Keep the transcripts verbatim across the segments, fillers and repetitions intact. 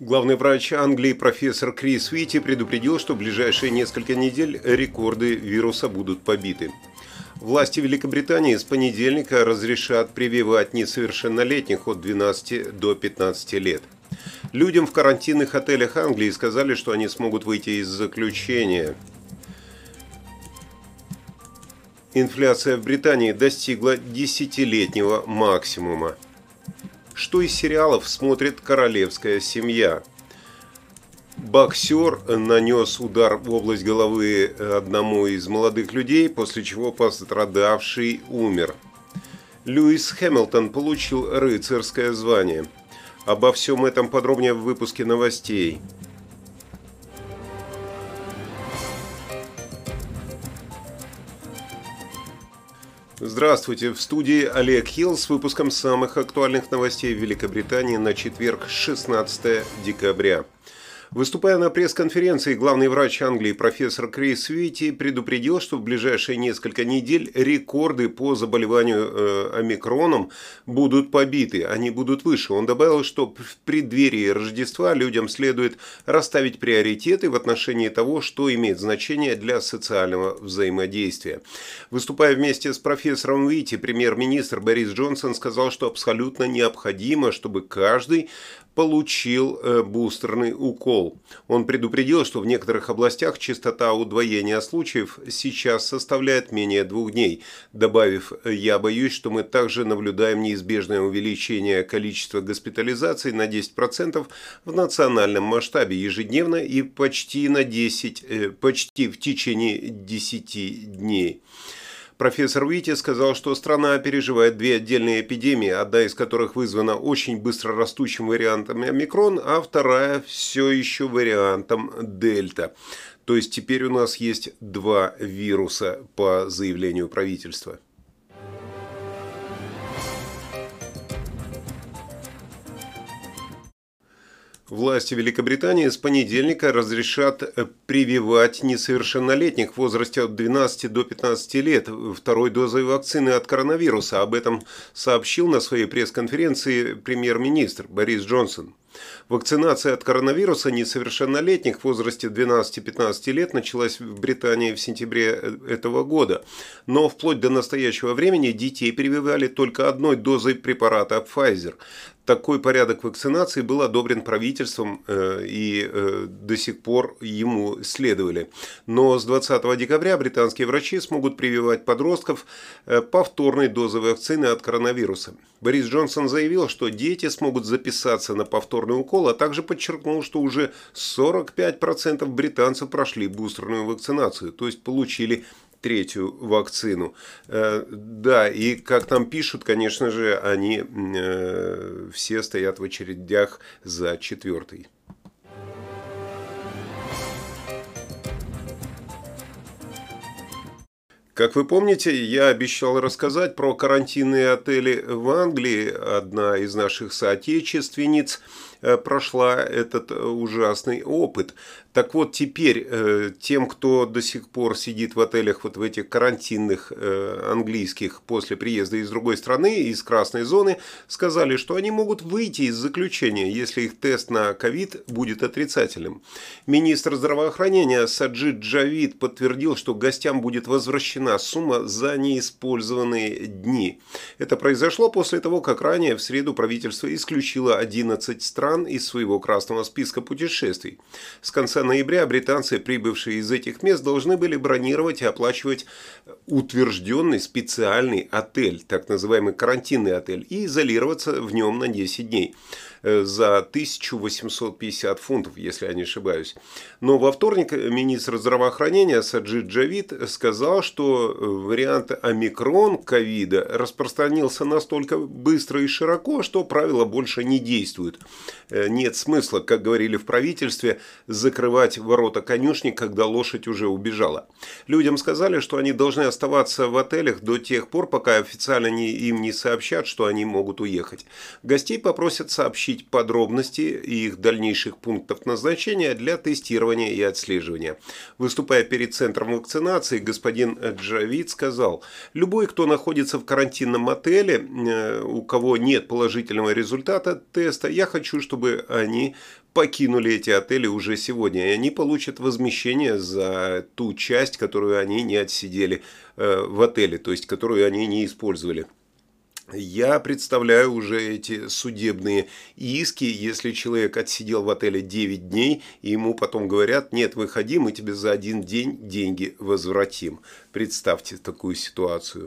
Главный врач Англии профессор Крис Уитти предупредил, что в ближайшие несколько недель рекорды вируса будут побиты. Власти Великобритании с понедельника разрешат прививать несовершеннолетних от двенадцати до пятнадцати лет. Людям в карантинных отелях Англии сказали, что они смогут выйти из заключения. Инфляция в Британии достигла десятилетнего максимума. Что из сериалов смотрит королевская семья? Боксер нанес удар в область головы одному из молодых людей, после чего пострадавший умер. Льюис Хэмилтон получил рыцарское звание. Обо всем этом подробнее в выпуске новостей. Здравствуйте, в студии Олег Хилл с выпуском самых актуальных новостей в Великобритании на четверг, шестнадцатое декабря. Выступая на пресс-конференции, главный врач Англии профессор Крис Уитти предупредил, что в ближайшие несколько недель рекорды по заболеванию э, омикроном будут побиты, они будут выше. Он добавил, что в преддверии Рождества людям следует расставить приоритеты в отношении того, что имеет значение для социального взаимодействия. Выступая вместе с профессором Уитти, премьер-министр Борис Джонсон сказал, что абсолютно необходимо, чтобы каждый получил э, бустерный укол. Он предупредил, что в некоторых областях частота удвоения случаев сейчас составляет менее двух дней, добавив: «Я боюсь, что мы также наблюдаем неизбежное увеличение количества госпитализаций на десять процентов в национальном масштабе ежедневно и почти на десять, э, почти в течение десяти дней». Профессор Уитти сказал, что страна переживает две отдельные эпидемии, одна из которых вызвана очень быстро растущим вариантом омикрон, а вторая все еще вариантом дельта. То есть теперь у нас есть два вируса по заявлению правительства. Власти Великобритании с понедельника разрешат прививать несовершеннолетних в возрасте от двенадцати до пятнадцати лет второй дозой вакцины от коронавируса. Об этом сообщил на своей пресс-конференции премьер-министр Борис Джонсон. Вакцинация от коронавируса несовершеннолетних в возрасте двенадцати-пятнадцати лет началась в Британии в сентябре этого года, но вплоть до настоящего времени детей прививали только одной дозой препарата Pfizer. Такой порядок вакцинации был одобрен правительством э, и э, до сих пор ему следовали. Но с двадцатого декабря британские врачи смогут прививать подростков э, повторной дозой вакцины от коронавируса. Борис Джонсон заявил, что дети смогут записаться на повторный укол, а также подчеркнул, что уже сорок пять процентов британцев прошли бустерную вакцинацию, то есть получили третью вакцину. Э, да, и как там пишут, конечно же, они э, все стоят в очередях за четвертой. Как вы помните, я обещал рассказать про карантинные отели в Англии. Одна из наших соотечественниц прошла этот ужасный опыт. Так вот, теперь э, тем, кто до сих пор сидит в отелях, вот в этих карантинных э, английских после приезда из другой страны, из красной зоны, сказали, что они могут выйти из заключения, если их тест на ковид будет отрицательным. Министр здравоохранения Саджид Джавид подтвердил, что гостям будет возвращена сумма за неиспользованные дни. Это произошло после того, как ранее в среду правительство исключило одиннадцать стран из своего красного списка путешествий. С конца ноября британцы, прибывшие из этих мест, должны были бронировать и оплачивать утвержденный специальный отель, так называемый карантинный отель, и изолироваться в нем на десять дней за тысячу восемьсот пятьдесят фунтов, если я не ошибаюсь. Но во вторник министр здравоохранения Саджид Джавид сказал, что вариант омикрон ковида распространился настолько быстро и широко, что правила больше не действуют. Нет смысла, как говорили в правительстве, закрывать ворота конюшни, когда лошадь уже убежала. Людям сказали, что они должны оставаться в отелях до тех пор, пока официально им не сообщат, что они могут уехать. Гостей попросят сообщить подробности их дальнейших пунктов назначения для тестирования и отслеживания. Выступая перед центром вакцинации, господин Джавид сказал: «Любой, кто находится в карантинном отеле, у кого нет положительного результата теста, я хочу, чтобы они покинули эти отели уже сегодня, и они получат возмещение за ту часть, которую они не отсидели э, в отеле, то есть которую они не использовали. Я представляю уже эти судебные иски, если человек отсидел в отеле девять дней, и ему потом говорят: нет, выходи, мы тебе за один день деньги возвратим. Представьте такую ситуацию.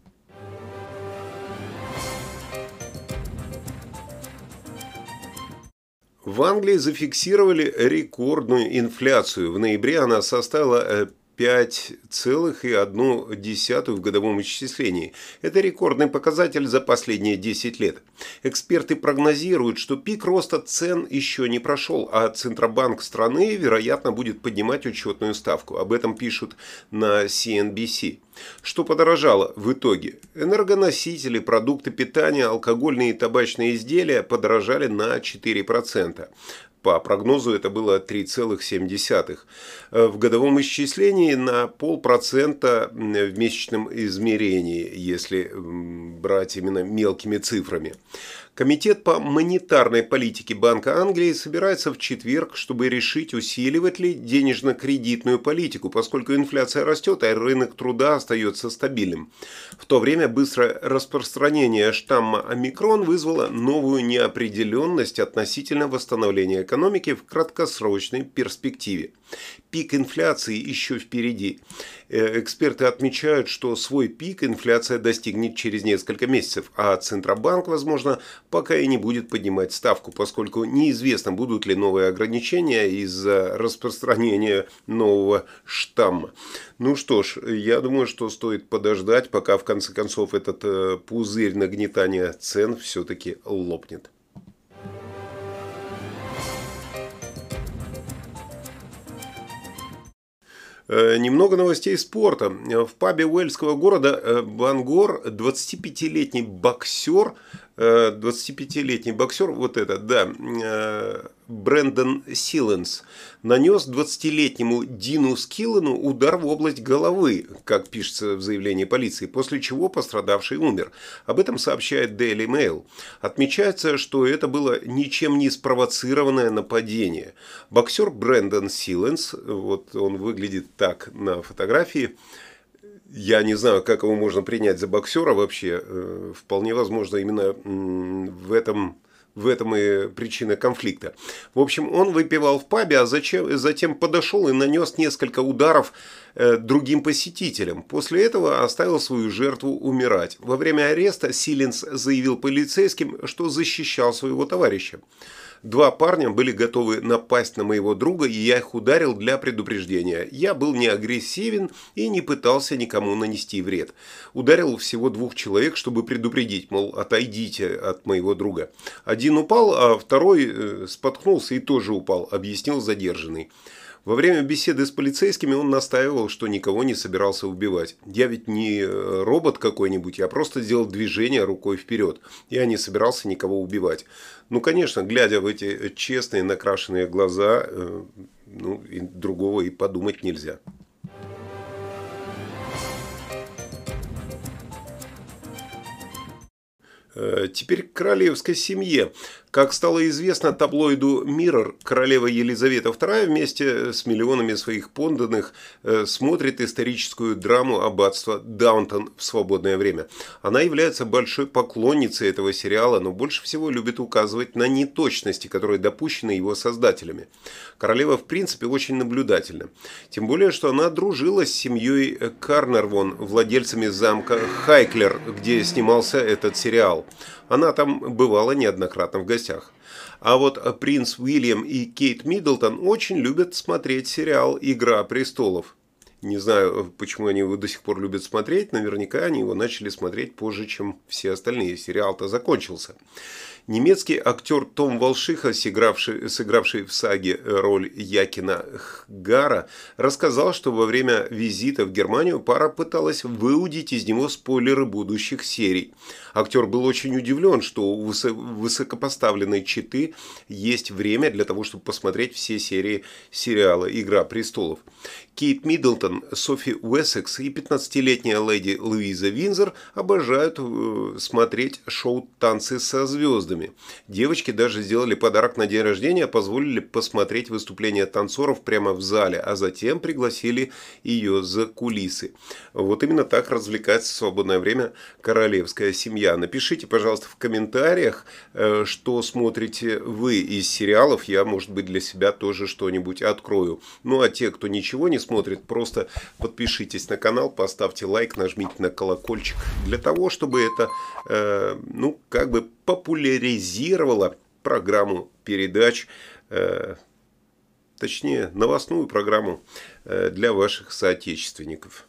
В Англии зафиксировали рекордную инфляцию. В ноябре она составила пять целых одна десятая в годовом исчислении. Это рекордный показатель за последние десять лет. Эксперты прогнозируют, что пик роста цен еще не прошел, а Центробанк страны, вероятно, будет поднимать учетную ставку. Об этом пишут на си эн би си. Что подорожало в итоге? Энергоносители, продукты питания, алкогольные и табачные изделия подорожали на четыре процента. По прогнозу это было три целых семь десятых. В годовом исчислении на полпроцента в месячном измерении, если брать именно мелкими цифрами. Комитет по монетарной политике Банка Англии собирается в четверг, чтобы решить, усиливать ли денежно-кредитную политику, поскольку инфляция растет, а рынок труда остается стабильным. В то время быстрое распространение штамма омикрон вызвало новую неопределенность относительно восстановления экономики в краткосрочной перспективе. Пик инфляции еще впереди. Эксперты отмечают, что свой пик инфляция достигнет через несколько месяцев, а Центробанк, возможно, пока и не будет поднимать ставку, поскольку неизвестно, будут ли новые ограничения из-за распространения нового штамма. Ну что ж, я думаю, что стоит подождать, пока в конце концов этот пузырь нагнетания цен все-таки лопнет. Немного новостей спорта. В пабе уэльского города Бангор двадцатипятилетний боксер, двадцатипятилетний боксер, вот этот, да, Брэндон Силенс, нанес двадцатилетнему Дину Скиллану удар в область головы, как пишется в заявлении полиции, после чего пострадавший умер. Об этом сообщает Daily Mail. Отмечается, что это было ничем не спровоцированное нападение. Боксер Брэндон Силенс, вот он выглядит так на фотографии. Я не знаю, как его можно принять за боксера вообще. Вполне возможно, именно в этом... В этом и причина конфликта. В общем, он выпивал в пабе, а зачем, затем подошел и нанес несколько ударов э, другим посетителям. После этого оставил свою жертву умирать. Во время ареста Силенс заявил полицейским, что защищал своего товарища. Два парня были готовы напасть на моего друга, и я их ударил для предупреждения. Я был не агрессивен и не пытался никому нанести вред. Ударил всего двух человек, чтобы предупредить, мол, отойдите от моего друга. Один упал, а второй споткнулся и тоже упал, объяснил задержанный. Во время беседы с полицейскими он настаивал, что никого не собирался убивать. Я ведь не робот какой-нибудь, я просто сделал движение рукой вперед. Я не собирался никого убивать. Ну, конечно, глядя в эти честные накрашенные глаза, ну, и другого и подумать нельзя. Теперь к королевской семье. Как стало известно таблоиду Mirror, королева Елизавета вторая вместе с миллионами своих подданных смотрит историческую драму аббатства Даунтон в свободное время. Она является большой поклонницей этого сериала, но больше всего любит указывать на неточности, которые допущены его создателями. Королева, в принципе, очень наблюдательна. Тем более, что она дружила с семьей Карнарвон, владельцами замка Хайклер, где снимался этот сериал. Она там бывала неоднократно в гостях. А вот принц Уильям и Кейт Миддлтон очень любят смотреть сериал «Игра престолов». Не знаю, почему они его до сих пор любят смотреть. Наверняка они его начали смотреть позже, чем все остальные. Сериал-то закончился. Немецкий актер Том Волшиха, сыгравший, сыгравший в саге роль Якина Хгара, рассказал, что во время визита в Германию пара пыталась выудить из него спойлеры будущих серий. Актер был очень удивлен, что у высокопоставленной четы есть время для того, чтобы посмотреть все серии сериала «Игра престолов». Кейт Миддлтон Лондон, Софи Уэссекс и пятнадцатилетняя леди Луиза Винзор обожают э, смотреть шоу «Танцы со звездами». Девочки даже сделали подарок на день рождения, позволили посмотреть выступления танцоров прямо в зале, а затем пригласили ее за кулисы. Вот именно так развлекается в свободное время королевская семья. Напишите, пожалуйста, в комментариях, э, что смотрите вы из сериалов. Я, может быть, для себя тоже что-нибудь открою. Ну, а те, кто ничего не смотрит, просто подпишитесь на канал, поставьте лайк, нажмите на колокольчик. Для того, чтобы это, э, ну, как бы популяризировало программу передач, э, точнее, новостную программу э, для ваших соотечественников.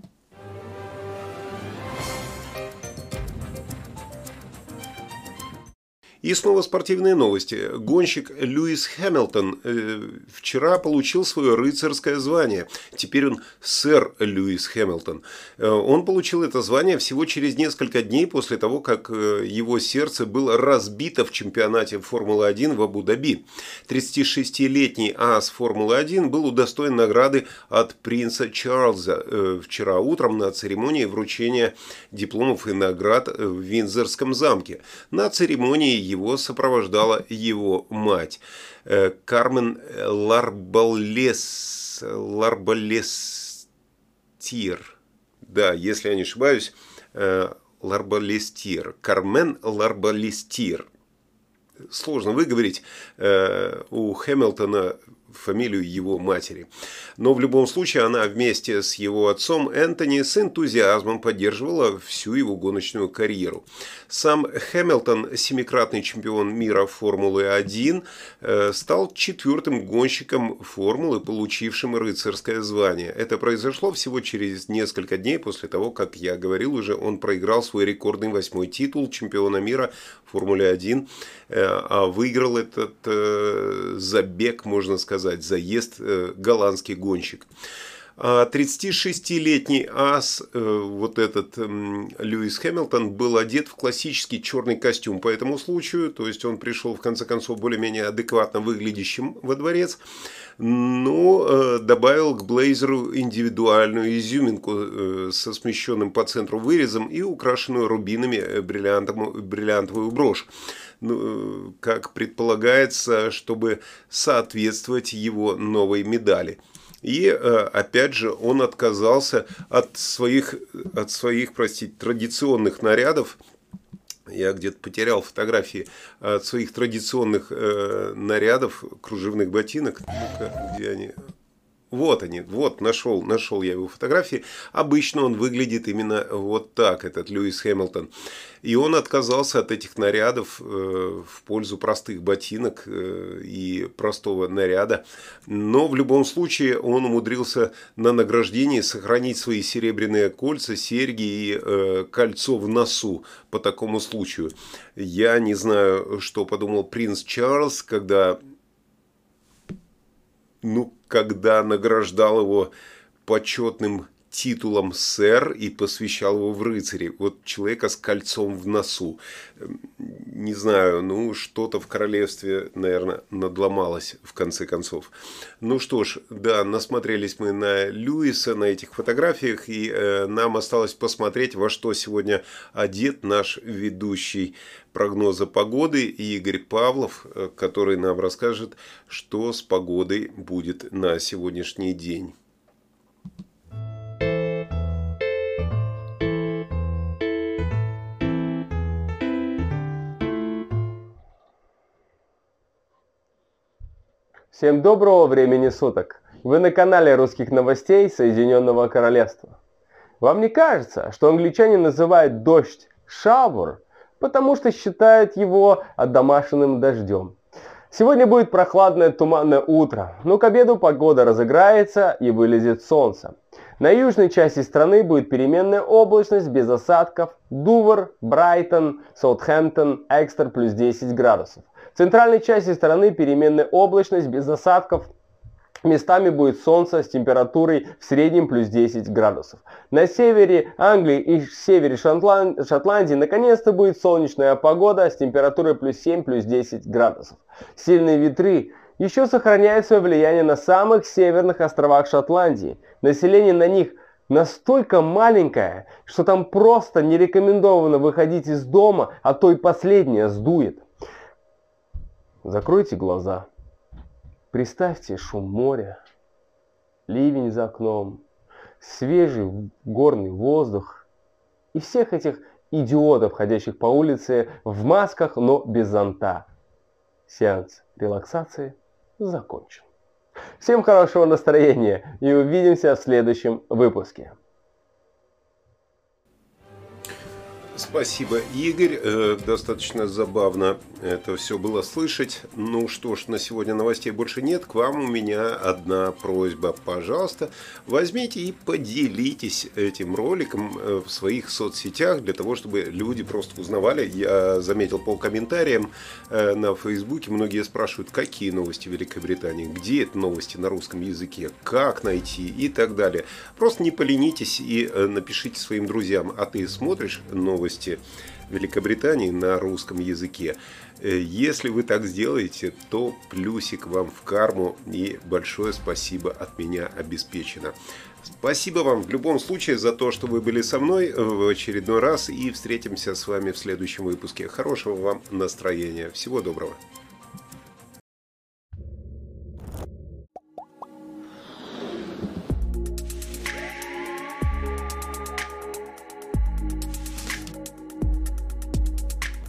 И снова спортивные новости. Гонщик Льюис Хэмилтон э, вчера получил свое рыцарское звание. Теперь он сэр Льюис Хэмилтон. Э, он получил это звание всего через несколько дней после того, как э, его сердце было разбито в чемпионате Формулы один в Абу-Даби. тридцатишестилетний ас Формулы один был удостоен награды от принца Чарльза э, вчера утром на церемонии вручения дипломов и наград в Виндзорском замке. На церемонии его сопровождала его мать Кармен Ларбалес, Ларбалестир. Да, если я не ошибаюсь, Ларбалестир. Кармен Ларбалестир. Сложно выговорить у Хэмилтона фамилию его матери. Но в любом случае она вместе с его отцом Энтони с энтузиазмом поддерживала всю его гоночную карьеру. Сам Хэмилтон, семикратный чемпион мира Формулы один, стал четвертым гонщиком Формулы, получившим рыцарское звание. Это произошло всего через несколько дней после того, как я говорил уже, он проиграл свой рекордный восьмой титул чемпиона мира в Формуле один, а выиграл этот забег, можно сказать, заезд голландский гонщик. А тридцатишестилетний ас, вот этот Льюис Хэмилтон, был одет в классический черный костюм по этому случаю, то есть он пришел в конце концов более-менее адекватно выглядящим во дворец, но добавил к блейзеру индивидуальную изюминку со смещенным по центру вырезом и украшенную рубинами бриллиантовую брошь. Ну, как предполагается, чтобы соответствовать его новой медали. И, опять же, он отказался от своих, от своих, простите, традиционных нарядов. Я где-то потерял фотографии от своих традиционных э, нарядов, кружевных ботинок. Ну-ка, где они? Вот они, вот, нашел, нашел я его фотографии. Обычно он выглядит именно вот так, этот Льюис Хэмилтон. И он отказался от этих нарядов э, в пользу простых ботинок э, и простого наряда. Но в любом случае он умудрился на награждении сохранить свои серебряные кольца, серьги и э, кольцо в носу по такому случаю. Я не знаю, что подумал принц Чарльз, когда... Ну, когда награждал его почетным титулом сэр и посвящал его в рыцари. Вот человека с кольцом в носу. Не знаю, ну, что-то в королевстве, наверное, надломалось в конце концов. Ну что ж, да, насмотрелись мы на Льюиса, на этих фотографиях, и э, нам осталось посмотреть, во что сегодня одет наш ведущий прогноза погоды Игорь Павлов, который нам расскажет, что с погодой будет на сегодняшний день. Всем доброго времени суток! Вы на канале русских новостей Соединенного Королевства. Вам не кажется, что англичане называют дождь shower, потому что считают его отдомашенным дождем? Сегодня будет прохладное туманное утро, но к обеду погода разыграется и вылезет солнце. На южной части страны будет переменная облачность без осадков. Дувр, Брайтон, Саутгемптон, Экстер плюс десять градусов. В центральной части страны переменная облачность без осадков. Местами будет солнце с температурой в среднем плюс десять градусов. На севере Англии и севере Шотланд... Шотландии наконец-то будет солнечная погода с температурой плюс семь плюс десять градусов. Сильные ветры еще сохраняют свое влияние на самых северных островах Шотландии. Население на них настолько маленькое, что там просто не рекомендовано выходить из дома, а то и последнее сдует. Закройте глаза. Представьте шум моря, ливень за окном, свежий горный воздух и всех этих идиотов, ходящих по улице в масках, но без зонта. Сеанс релаксации закончен. Всем хорошего настроения и увидимся в следующем выпуске. Спасибо, Игорь. Э, достаточно забавно это все было слышать. Ну что ж, на сегодня новостей больше нет. К вам у меня одна просьба. Пожалуйста, возьмите и поделитесь этим роликом в своих соцсетях, для того, чтобы люди просто узнавали. Я заметил по комментариям э, на Фейсбуке, многие спрашивают, какие новости в Великобритании, где это новости на русском языке, как найти и так далее. Просто не поленитесь и э, напишите своим друзьям, а ты смотришь новости Великобритании на русском языке. Если вы так сделаете, то плюсик вам в карму и большое спасибо от меня обеспечено. Спасибо вам в любом случае за то, что вы были со мной в очередной раз, и встретимся с вами в следующем выпуске. Хорошего вам настроения. Всего доброго.